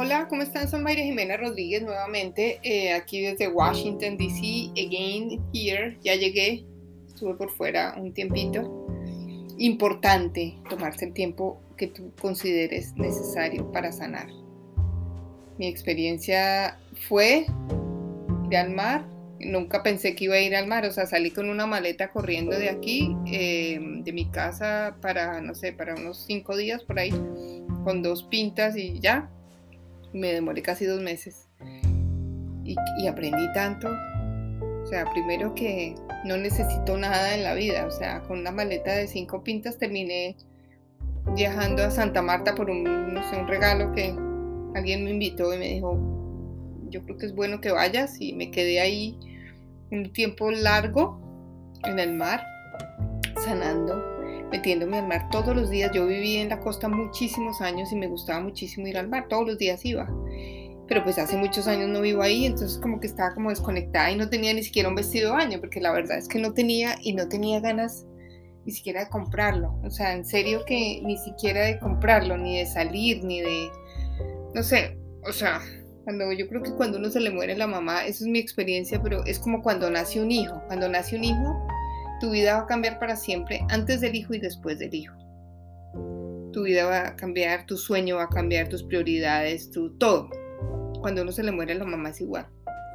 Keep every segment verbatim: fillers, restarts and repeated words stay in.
Hola, ¿cómo están? Soy Mayra Jimena Rodríguez nuevamente, eh, aquí desde Washington, D C, again, here, ya llegué, estuve por fuera un tiempito. Importante tomarse el tiempo que tú consideres necesario para sanar. Mi experiencia fue ir al mar, nunca pensé que iba a ir al mar, o sea, salí con una maleta corriendo de aquí, eh, de mi casa para, no sé, para unos cinco días por ahí, con dos pintas y ya. Me demoré casi dos meses y, y aprendí tanto. O sea, primero que no necesito nada en la vida. O sea, con una maleta de cinco pintas terminé viajando a Santa Marta por un, no sé, un regalo que alguien me invitó y me dijo, yo creo que es bueno que vayas, y me quedé ahí un tiempo largo en el mar, sanando, metiéndome al mar todos los días. Yo viví en la costa muchísimos años y me gustaba muchísimo ir al mar, todos los días iba, pero pues hace muchos años no vivo ahí, entonces como que estaba como desconectada y no tenía ni siquiera un vestido de baño, porque la verdad es que no tenía, y no tenía ganas ni siquiera de comprarlo. O sea, en serio que ni siquiera de comprarlo, ni de salir, ni de, no sé, o sea, cuando yo creo que cuando uno se le muere la mamá, esa es mi experiencia, pero es como cuando nace un hijo. Cuando nace un hijo, tu vida va a cambiar para siempre, antes del hijo y después del hijo. Tu vida va a cambiar, tu sueño va a cambiar, tus prioridades, tu todo. Cuando uno se le muere la mamá es igual.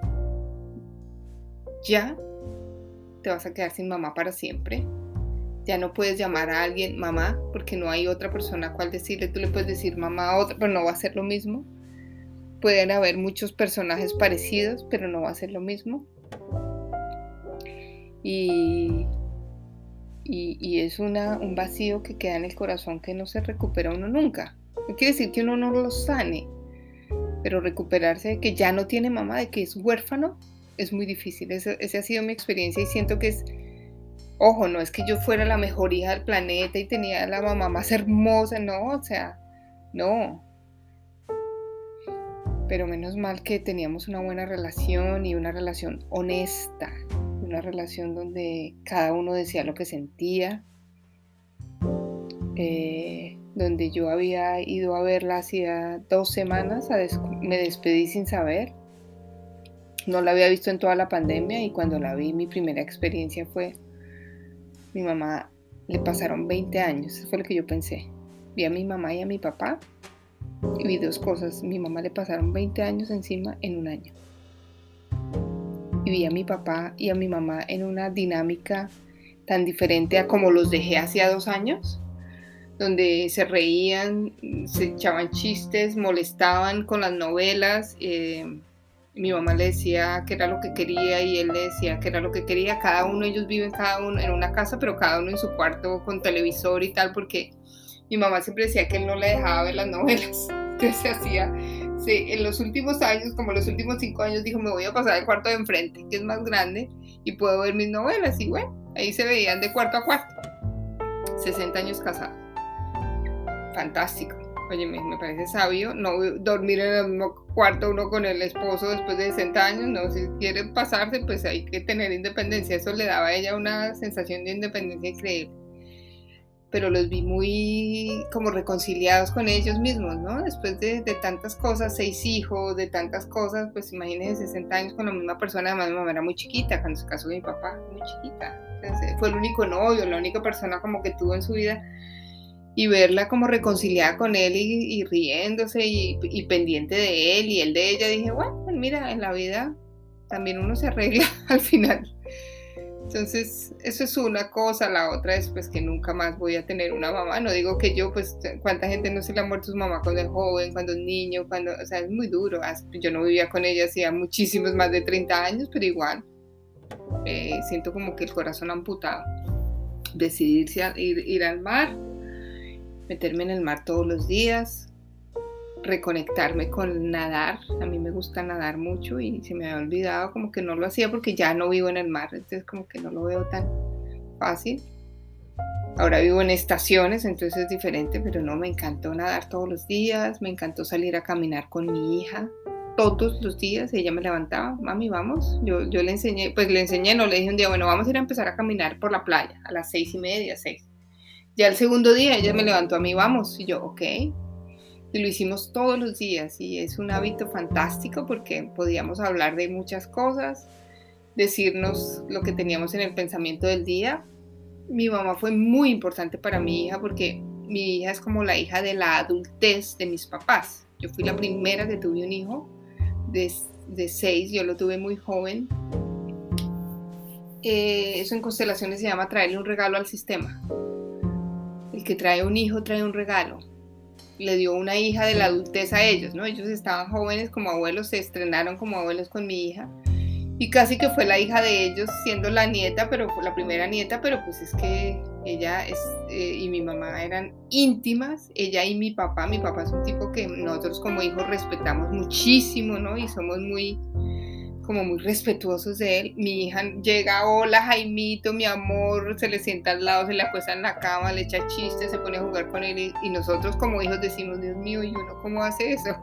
Ya te vas a quedar sin mamá para siempre. Ya no puedes llamar a alguien mamá porque no hay otra persona a cual decirle. Tú le puedes decir mamá a otra, pero no va a ser lo mismo. Pueden haber muchos personajes parecidos, pero no va a ser lo mismo. Y, y, y es una, un vacío que queda en el corazón que no se recupera uno nunca. No quiere decir que uno no lo sane, pero recuperarse de que ya no tiene mamá, de que es huérfano, es muy difícil. Esa, esa ha sido mi experiencia y siento que es, ojo, no es que yo fuera la mejor hija del planeta y tenía la mamá más hermosa, no, o sea, no. Pero menos mal que teníamos una buena relación y una relación honesta, una relación donde cada uno decía lo que sentía, eh, donde yo había ido a verla hacía dos semanas, a des- me despedí sin saber, no la había visto en toda la pandemia, y cuando la vi, mi primera experiencia fue, mi mamá le pasaron veinte años, eso fue lo que yo pensé. Vi a mi mamá y a mi papá y vi dos cosas: mi mamá le pasaron veinte años encima en un año, y vi a mi papá y a mi mamá en una dinámica tan diferente a como los dejé hacía dos años, donde se reían, se echaban chistes, molestaban con las novelas. Eh, mi mamá le decía que era lo que quería y él le decía que era lo que quería. Cada uno, ellos viven cada uno en una casa, pero cada uno en su cuarto con televisor y tal, porque mi mamá siempre decía que él no le dejaba ver las novelas. Entonces se hacía, sí, en los últimos años, como los últimos cinco años, dijo, me voy a pasar al cuarto de enfrente, que es más grande, y puedo ver mis novelas. Y bueno, ahí se veían de cuarto a cuarto. sesenta años casados. Fantástico. Oye, me, me parece sabio no dormir en el mismo cuarto uno con el esposo después de sesenta años. No, si quiere pasarse, pues hay que tener independencia. Eso le daba a ella una sensación de independencia increíble. Pero los vi muy como reconciliados con ellos mismos, ¿no? Después de, de tantas cosas, seis hijos, de tantas cosas, pues imagínense sesenta años con la misma persona. Además, mi mamá era muy chiquita cuando se casó con mi papá, muy chiquita. Entonces, fue el único novio, la única persona como que tuvo en su vida, y verla como reconciliada con él y, y riéndose y, y pendiente de él y él de ella, dije, bueno, pues mira, en la vida también uno se arregla al final. Entonces, eso es una cosa. La otra es pues que nunca más voy a tener una mamá. No digo que yo, pues, cuánta gente no se le ha muerto su mamá cuando es joven, cuando es niño, cuando, o sea, es muy duro. Yo no vivía con ella hacía muchísimos, más de treinta años, pero igual, eh, siento como que el corazón amputado. Decidirse a ir, ir al mar, meterme en el mar todos los días, reconectarme con nadar. A mí me gusta nadar mucho y se me había olvidado, como que no lo hacía porque ya no vivo en el mar, entonces como que no lo veo tan fácil. Ahora vivo en estaciones, entonces es diferente, pero no, me encantó nadar todos los días, me encantó salir a caminar con mi hija todos los días. Ella me levantaba, mami, vamos. Yo, yo le enseñé, pues le enseñé, no, le dije un día, bueno, vamos a ir a empezar a caminar por la playa a las seis y media, seis. Ya el segundo día ella me levantó a mí, vamos, y yo, ok. y lo hicimos todos los días y es un hábito fantástico porque podíamos hablar de muchas cosas, decirnos lo que teníamos en el pensamiento del día. Mi mamá fue muy importante para mi hija porque mi hija es como la hija de la adultez de mis papás. Yo fui la primera que tuve un hijo de, de seis, yo lo tuve muy joven. Eh, eso en constelaciones se llama traerle un regalo al sistema. El que trae un hijo trae un regalo. Le dio una hija de la adultez a ellos, ¿no? Ellos estaban jóvenes como abuelos, se estrenaron como abuelos con mi hija. Y casi que fue la hija de ellos siendo la nieta, pero fue la primera nieta, pero pues es que ella es, eh, y mi mamá eran íntimas, ella y mi papá. Mi papá es un tipo que nosotros como hijos respetamos muchísimo, ¿no? Y somos muy, como muy respetuosos de él. Mi hija llega, hola Jaimito, mi amor, se le sienta al lado, se le acuesta en la cama, le echa chistes, se pone a jugar con él y, y nosotros como hijos decimos, Dios mío, ¿y uno cómo hace eso?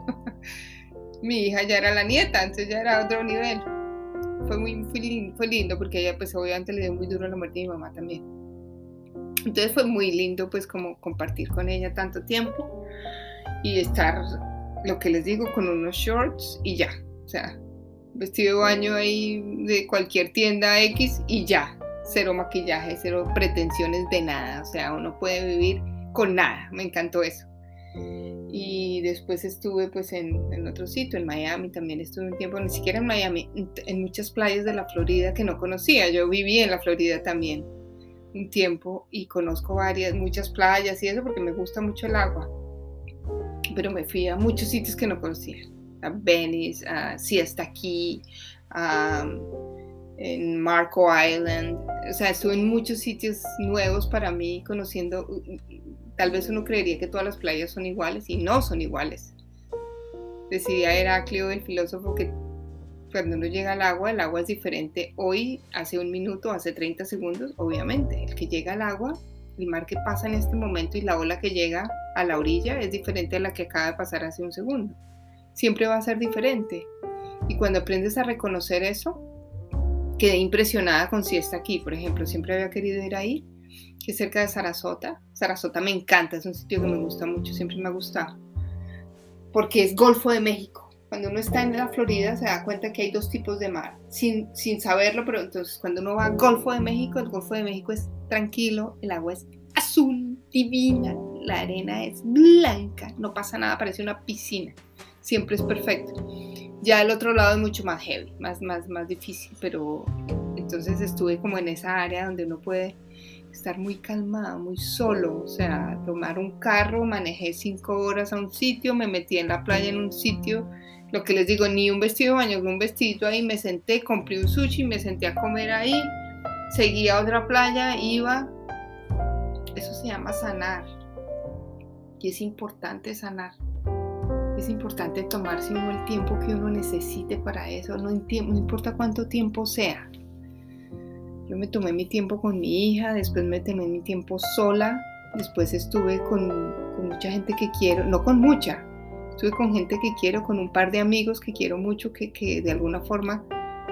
Mi hija ya era la nieta, entonces ya era otro nivel. Fue muy fue lindo, fue lindo porque ella pues obviamente le dio muy duro la muerte de mi mamá también. Entonces fue muy lindo pues como compartir con ella tanto tiempo y estar, lo que les digo, con unos shorts y ya, o sea, vestido de baño ahí de cualquier tienda X y ya, cero maquillaje, cero pretensiones de nada, o sea, uno puede vivir con nada, me encantó eso. Y después estuve pues en, en otro sitio, en Miami también estuve un tiempo, ni siquiera en Miami, en, en muchas playas de la Florida que no conocía. Yo viví en la Florida también un tiempo y conozco varias, muchas playas y eso porque me gusta mucho el agua, pero me fui a muchos sitios que no conocía, a Venice, a Siesta Key, a, en Marco Island, o sea, estuve en muchos sitios nuevos para mí, conociendo. Tal vez uno creería que todas las playas son iguales y no son iguales. Decía Heraclio, el filósofo, que cuando uno llega al agua, el agua es diferente hoy, hace un minuto, hace treinta segundos, obviamente. El que llega al agua, el mar que pasa en este momento y la ola que llega a la orilla es diferente a la que acaba de pasar hace un segundo. Siempre va a ser diferente. Y cuando aprendes a reconocer eso, quedé impresionada con Siesta Key, por ejemplo, siempre había querido ir ahí, que es cerca de Sarasota. Sarasota me encanta, es un sitio que me gusta mucho, siempre me ha gustado, porque es Golfo de México. Cuando uno está en la Florida se da cuenta que hay dos tipos de mar, sin, sin saberlo, pero entonces cuando uno va al Golfo de México, el Golfo de México es tranquilo, el agua es azul, divina, la arena es blanca, no pasa nada, parece una piscina, siempre es perfecto. Ya el otro lado es mucho más heavy, más, más, más difícil, pero entonces estuve como en esa área donde uno puede estar muy calmado, muy solo, o sea, tomar un carro, manejé cinco horas a un sitio, me metí en la playa en un sitio, lo que les digo, ni un vestido de baño, un vestido ahí, me senté, compré un sushi, me senté a comer ahí, seguí a otra playa, iba, eso se llama sanar, y es importante sanar, es importante tomarse uno el tiempo que uno necesite para eso, no, no importa cuánto tiempo sea. Yo me tomé mi tiempo con mi hija, después me tomé mi tiempo sola, después estuve con, con mucha gente que quiero, no con mucha, estuve con gente que quiero, con un par de amigos que quiero mucho, que, que de alguna forma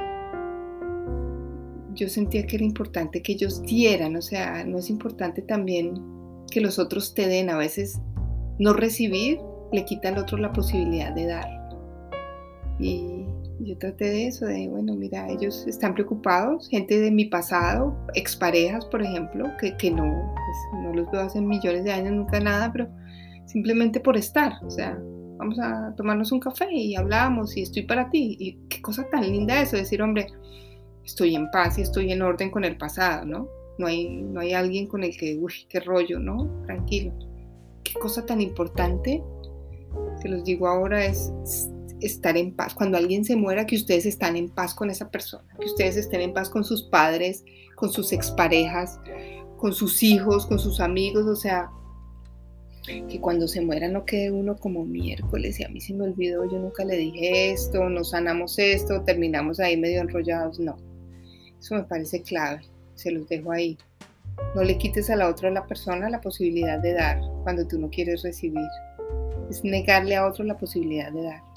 yo sentía que era importante que ellos dieran, o sea, no es importante también que los otros te den, a veces no recibir le quita al otro la posibilidad de dar. Y yo traté de eso, de, bueno, mira, ellos están preocupados, gente de mi pasado, exparejas, por ejemplo, que, que no, pues, no los veo hace millones de años, nunca nada, pero simplemente por estar, o sea, vamos a tomarnos un café y hablamos y estoy para ti. Y qué cosa tan linda eso, decir, hombre, estoy en paz y estoy en orden con el pasado, ¿no? No hay, no hay alguien con el que, uy, qué rollo, ¿no? Tranquilo. Qué cosa tan importante, se los digo ahora, es estar en paz. Cuando alguien se muera, que ustedes están en paz con esa persona, que ustedes estén en paz con sus padres, con sus exparejas, con sus hijos, con sus amigos, o sea, que cuando se muera no quede uno como miércoles y a mí se me olvidó, yo nunca le dije esto, no sanamos esto, terminamos ahí medio enrollados, no. Eso me parece clave, se los dejo ahí. No le quites a la otra a la persona la posibilidad de dar cuando tú no quieres recibir. Es negarle a otro la posibilidad de dar.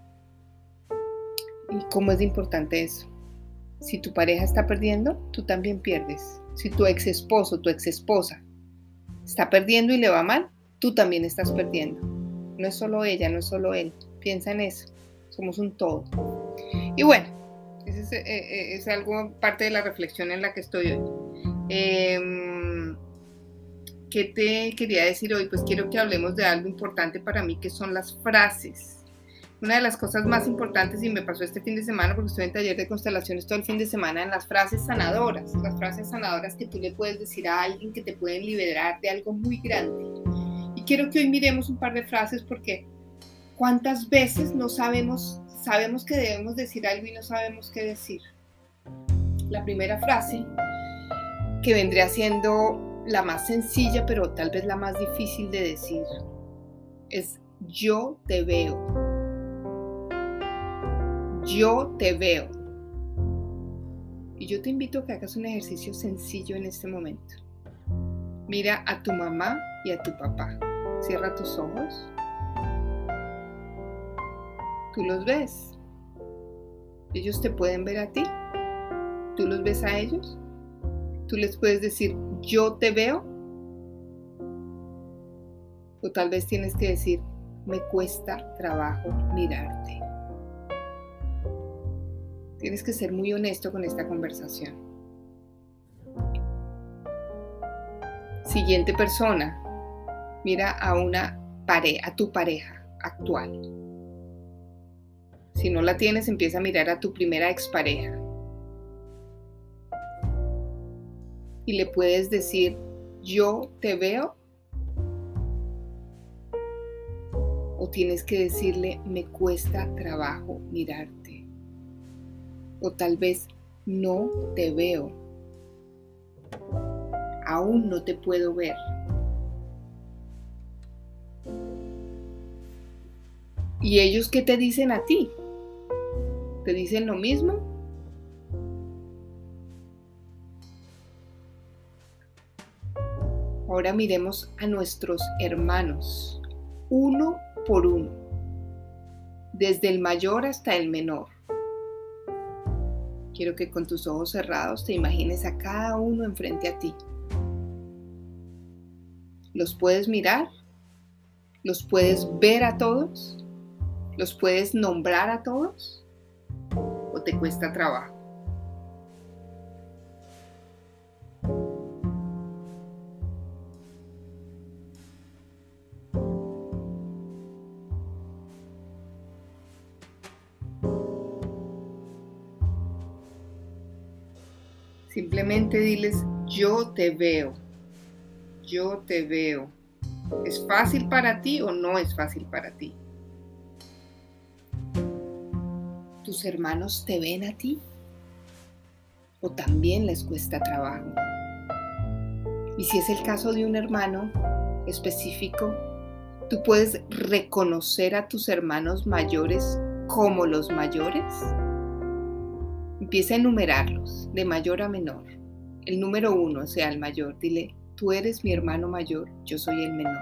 ¿Y cómo es importante eso? Si tu pareja está perdiendo, tú también pierdes. Si tu ex esposo, tu ex esposa está perdiendo y le va mal, tú también estás perdiendo. No es solo ella, no es solo él. Piensa en eso. Somos un todo. Y bueno, ese es, eh, es algo, parte de la reflexión en la que estoy hoy. Eh, ¿Qué te quería decir hoy? Pues quiero que hablemos de algo importante para mí, que son las frases. Una de las cosas más importantes, y me pasó este fin de semana, porque estuve en taller de constelaciones todo el fin de semana, en las frases sanadoras. Las frases sanadoras que tú le puedes decir a alguien que te pueden liberar de algo muy grande. Y quiero que hoy miremos un par de frases, porque ¿cuántas veces no sabemos, sabemos que debemos decir algo y no sabemos qué decir? La primera frase, que vendría siendo la más sencilla, pero tal vez la más difícil de decir, es yo te veo. Yo te veo. Y yo te invito a que hagas un ejercicio sencillo en este momento. Mira a tu mamá y a tu papá. Cierra tus ojos. Tú los ves. Ellos te pueden ver a ti. Tú los ves a ellos. Tú les puedes decir, yo te veo. O tal vez tienes que decir, me cuesta trabajo mirarte. Tienes que ser muy honesto con esta conversación. Siguiente persona. Mira a una pareja, a tu pareja actual. Si no la tienes, empieza a mirar a tu primera expareja. Y le puedes decir, yo te veo. O tienes que decirle, me cuesta trabajo mirarte. O tal vez no te veo. Aún no te puedo ver. ¿Y ellos qué te dicen a ti? ¿Te dicen lo mismo? Ahora miremos a nuestros hermanos, uno por uno, desde el mayor hasta el menor. Quiero que con tus ojos cerrados te imagines a cada uno enfrente a ti. ¿Los puedes mirar? ¿Los puedes ver a todos? ¿Los puedes nombrar a todos? ¿O te cuesta trabajo? Simplemente diles, yo te veo, yo te veo. ¿Es fácil para ti o no es fácil para ti? ¿Tus hermanos te ven a ti? ¿O también les cuesta trabajo? Y si es el caso de un hermano específico, ¿tú puedes reconocer a tus hermanos mayores como los mayores? Empieza a enumerarlos de mayor a menor. El número uno sea el mayor. Dile, tú eres mi hermano mayor, yo soy el menor.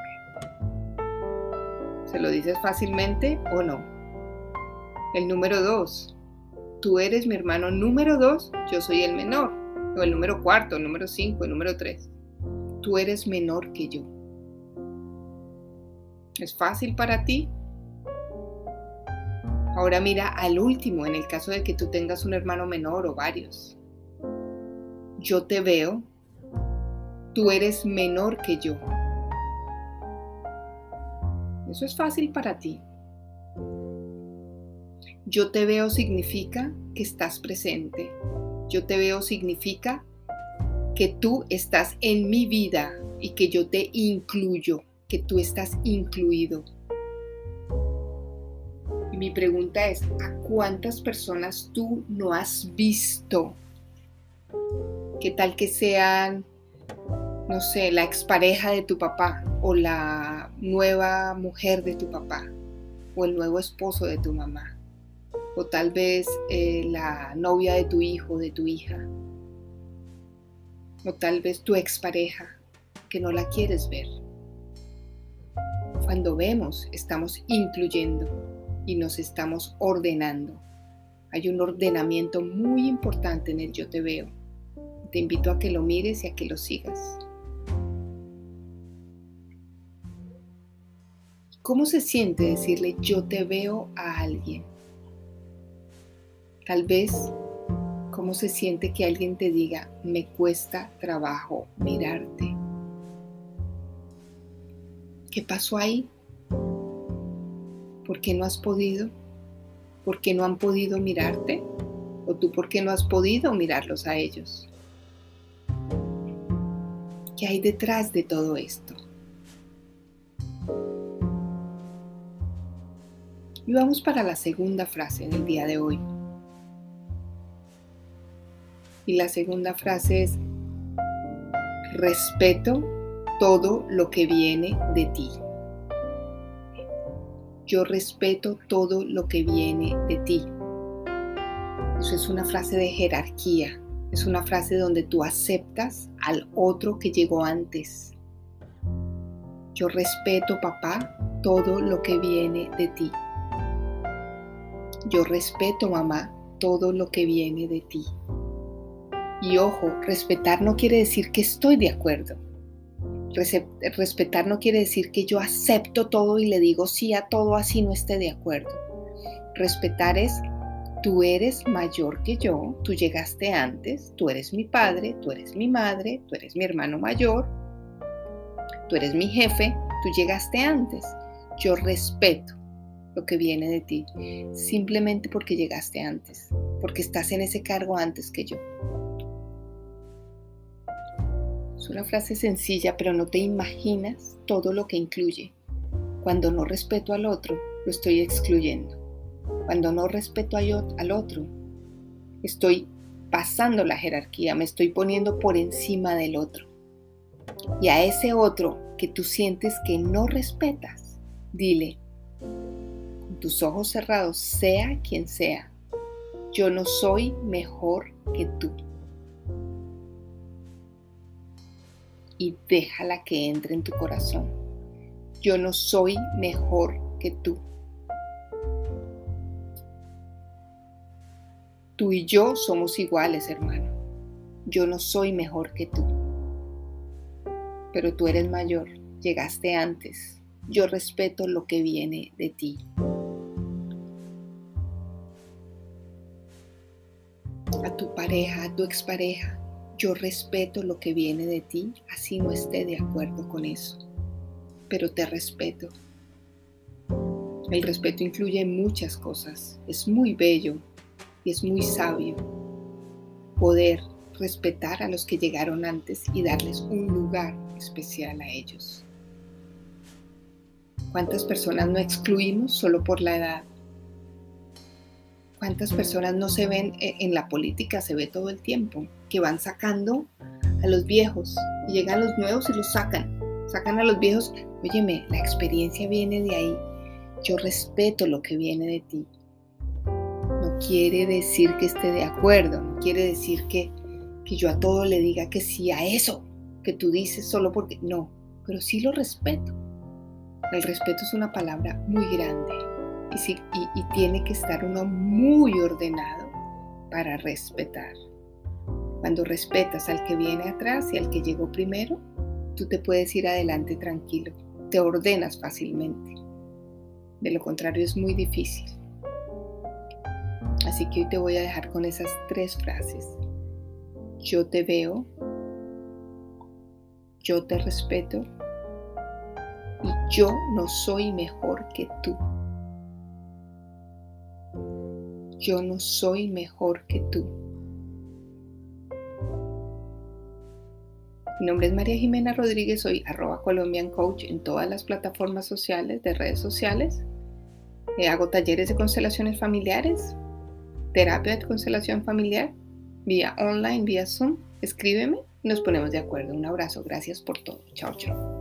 ¿Se lo dices fácilmente o no? El número dos. Tú eres mi hermano número dos, yo soy el menor. O el número cuarto, el número cinco, el número tres. Tú eres menor que yo. ¿Es fácil para ti? Ahora mira al último, en el caso de que tú tengas un hermano menor o varios. Yo te veo, tú eres menor que yo. Eso es fácil para ti. Yo te veo significa que estás presente. Yo te veo significa que tú estás en mi vida y que yo te incluyo, que tú estás incluido. Y mi pregunta es, ¿a cuántas personas tú no has visto? ¿Qué tal que sean, no sé, la expareja de tu papá o la nueva mujer de tu papá o el nuevo esposo de tu mamá? O tal vez eh, la novia de tu hijo o de tu hija. O tal vez tu expareja que no la quieres ver. Cuando vemos, estamos incluyendo y nos estamos ordenando. Hay un ordenamiento muy importante en el yo te veo. Te invito a que lo mires y a que lo sigas. ¿Cómo se siente decirle yo te veo a alguien? Tal vez, ¿cómo se siente que alguien te diga me cuesta trabajo mirarte? ¿Qué pasó ahí? ¿Por qué no has podido? ¿Por qué no han podido mirarte? ¿O tú por qué no has podido mirarlos a ellos? ¿Qué hay detrás de todo esto? Y vamos para la segunda frase en el día de hoy. Y la segunda frase es: respeto todo lo que viene de ti. Yo respeto todo lo que viene de ti. Eso es una frase de jerarquía. Es una frase donde tú aceptas al otro que llegó antes. Yo respeto, papá, todo lo que viene de ti. Yo respeto, mamá, todo lo que viene de ti. Y ojo, respetar no quiere decir que estoy de acuerdo. Respetar no quiere decir que yo acepto todo y le digo sí a todo así no esté de acuerdo. Respetar es: tú eres mayor que yo, tú llegaste antes, tú eres mi padre, tú eres mi madre, tú eres mi hermano mayor, tú eres mi jefe, tú llegaste antes. Yo respeto lo que viene de ti, simplemente porque llegaste antes, porque estás en ese cargo antes que yo. Es una frase sencilla, pero no te imaginas todo lo que incluye. Cuando no respeto al otro, lo estoy excluyendo. Cuando no respeto al otro, estoy pasando la jerarquía, me estoy poniendo por encima del otro. Y a ese otro que tú sientes que no respetas, dile, con tus ojos cerrados, sea quien sea, yo no soy mejor que tú. Y déjala que entre en tu corazón. Yo no soy mejor que tú. Tú y yo somos iguales, hermano. Yo no soy mejor que tú. Pero tú eres mayor, llegaste antes. Yo respeto lo que viene de ti. A tu pareja, a tu expareja, yo respeto lo que viene de ti, así no esté de acuerdo con eso. Pero te respeto. El respeto incluye muchas cosas. Es muy bello y es muy sabio poder respetar a los que llegaron antes y darles un lugar especial a ellos. ¿Cuántas personas no excluimos solo por la edad? ¿Cuántas personas no se ven en la política? Se ve todo el tiempo, que van sacando a los viejos y llegan los nuevos y los sacan. Sacan a los viejos. Óyeme, la experiencia viene de ahí. Yo respeto lo que viene de ti. No quiere decir que esté de acuerdo, no quiere decir que, que yo a todo le diga que sí a eso que tú dices solo porque no, pero sí lo respeto. El respeto es una palabra muy grande y, sí, y, y tiene que estar uno muy ordenado para respetar. Cuando respetas al que viene atrás y al que llegó primero, tú te puedes ir adelante tranquilo, te ordenas fácilmente. De lo contrario es muy difícil. Así que hoy te voy a dejar con esas tres frases. Yo te veo, yo te respeto y yo no soy mejor que tú. Yo no soy mejor que tú. Mi nombre es María Jimena Rodríguez, soy arroba Colombian Coach en todas las plataformas sociales, de redes sociales. Eh, hago talleres de constelaciones familiares, terapia de constelación familiar, vía online, vía Zoom. Escríbeme y nos ponemos de acuerdo. Un abrazo, gracias por todo. Chao, chao.